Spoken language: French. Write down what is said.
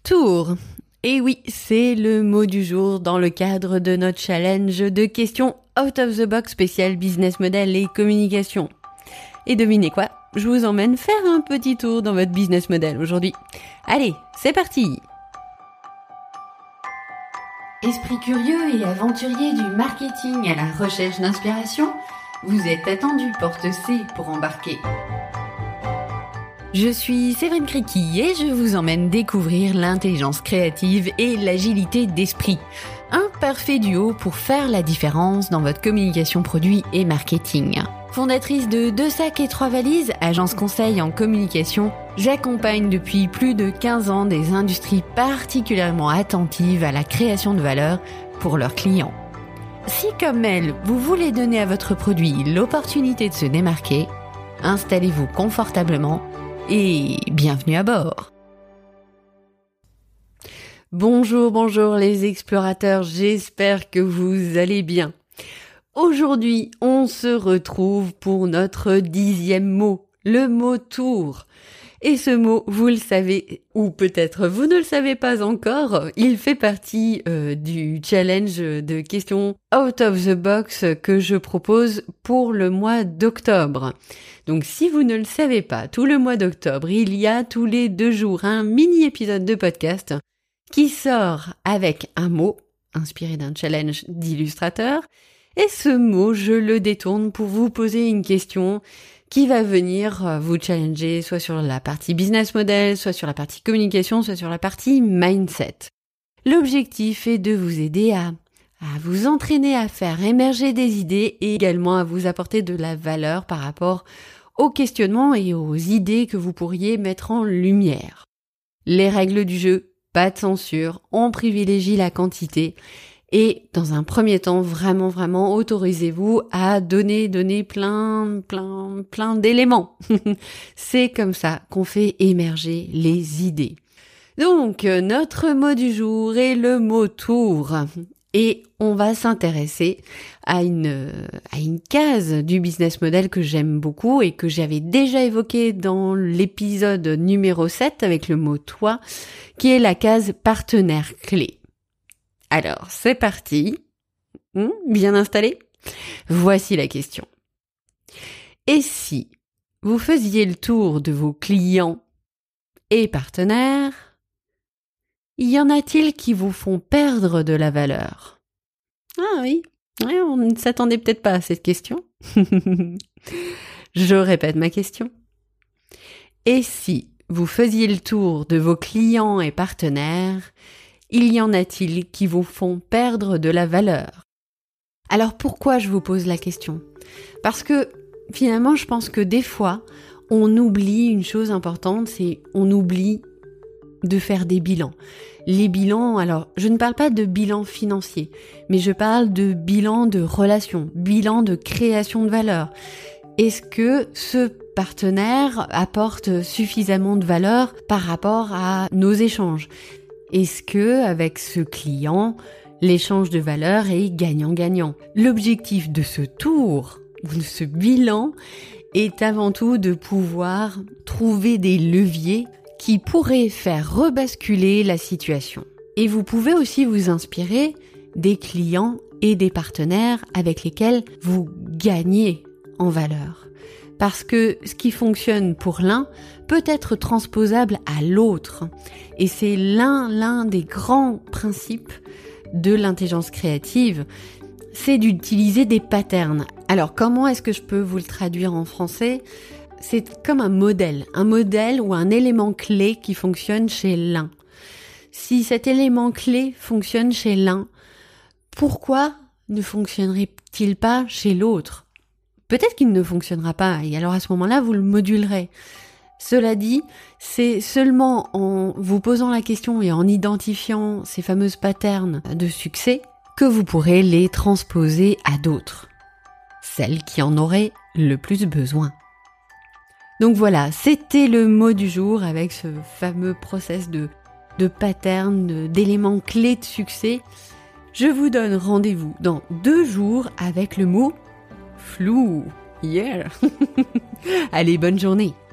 Tour. Et oui, c'est le mot du jour dans le cadre de notre challenge de questions out of the box spécial business model et communication. Et devinez quoi ? Je vous emmène faire un petit tour dans votre business model aujourd'hui. Allez, c'est parti ! Esprit curieux et aventurier du marketing à la recherche d'inspiration, vous êtes attendu porte C pour embarquer. Je suis Séverine Criqui et je vous emmène découvrir l'intelligence créative et l'agilité d'esprit. Un parfait duo pour faire la différence dans votre communication produit et marketing. Fondatrice de 2 sacs et 3 valises, agence conseil en communication, j'accompagne depuis plus de 15 ans des industries particulièrement attentives à la création de valeur pour leurs clients. Si comme elle, vous voulez donner à votre produit l'opportunité de se démarquer, installez-vous confortablement et bienvenue à bord. Bonjour les explorateurs, j'espère que vous allez bien. Aujourd'hui, on se retrouve pour notre 10e mot, le mot tour. Et ce mot, vous le savez, ou peut-être vous ne le savez pas encore, il fait partie du challenge de questions out of the box que je propose pour le mois d'octobre. Donc si vous ne le savez pas, tout le mois d'octobre, il y a tous les 2 jours un mini-épisode de podcast qui sort avec un mot inspiré d'un challenge d'illustrateur. Et ce mot, je le détourne pour vous poser une question qui va venir vous challenger soit sur la partie business model, soit sur la partie communication, soit sur la partie mindset. L'objectif est de vous aider à vous entraîner à faire émerger des idées et également à vous apporter de la valeur par rapport aux questionnements et aux idées que vous pourriez mettre en lumière. Les règles du jeu, pas de censure, on privilégie la quantité. Et dans un premier temps, vraiment, autorisez-vous à donner plein d'éléments. C'est comme ça qu'on fait émerger les idées. Donc, notre mot du jour est le mot tour. Et on va s'intéresser à une case du business model que j'aime beaucoup et que j'avais déjà évoqué dans l'épisode numéro 7 avec le mot toi, qui est la case partenaire clé. Alors, c'est parti. Bien installé ? Voici la question. Et si vous faisiez le tour de vos clients et partenaires, y en a-t-il qui vous font perdre de la valeur ? Ah oui, on ne s'attendait peut-être pas à cette question. Je répète ma question. Et si vous faisiez le tour de vos clients et partenaires, y en a-t-il qui vous font perdre de la valeur ? Alors pourquoi je vous pose la question ? Parce que finalement, je pense que des fois, on oublie une chose importante, c'est on oublie de faire des bilans. Les bilans, alors je ne parle pas de bilan financier, mais je parle de bilan de relation, bilan de création de valeur. Est-ce que ce partenaire apporte suffisamment de valeur par rapport à nos échanges ? Est-ce que, avec ce client, l'échange de valeur est gagnant-gagnant ? L'objectif de ce tour, de ce bilan, est avant tout de pouvoir trouver des leviers qui pourraient faire rebasculer la situation. Et vous pouvez aussi vous inspirer des clients et des partenaires avec lesquels vous gagnez en valeur. Parce que ce qui fonctionne pour l'un peut être transposable à l'autre. Et c'est l'un des grands principes de l'intelligence créative, c'est d'utiliser des patterns. Alors comment est-ce que je peux vous le traduire en français ? C'est comme un modèle ou un élément clé qui fonctionne chez l'un. Si cet élément clé fonctionne chez l'un, pourquoi ne fonctionnerait-il pas chez l'autre ? Peut-être qu'il ne fonctionnera pas, et alors à ce moment-là, vous le modulerez. Cela dit, c'est seulement en vous posant la question et en identifiant ces fameuses patterns de succès que vous pourrez les transposer à d'autres, celles qui en auraient le plus besoin. Donc voilà, c'était le mot du jour avec ce fameux process de patterns, d'éléments clés de succès. Je vous donne rendez-vous dans 2 jours avec le mot flou. Yeah. Allez, bonne journée.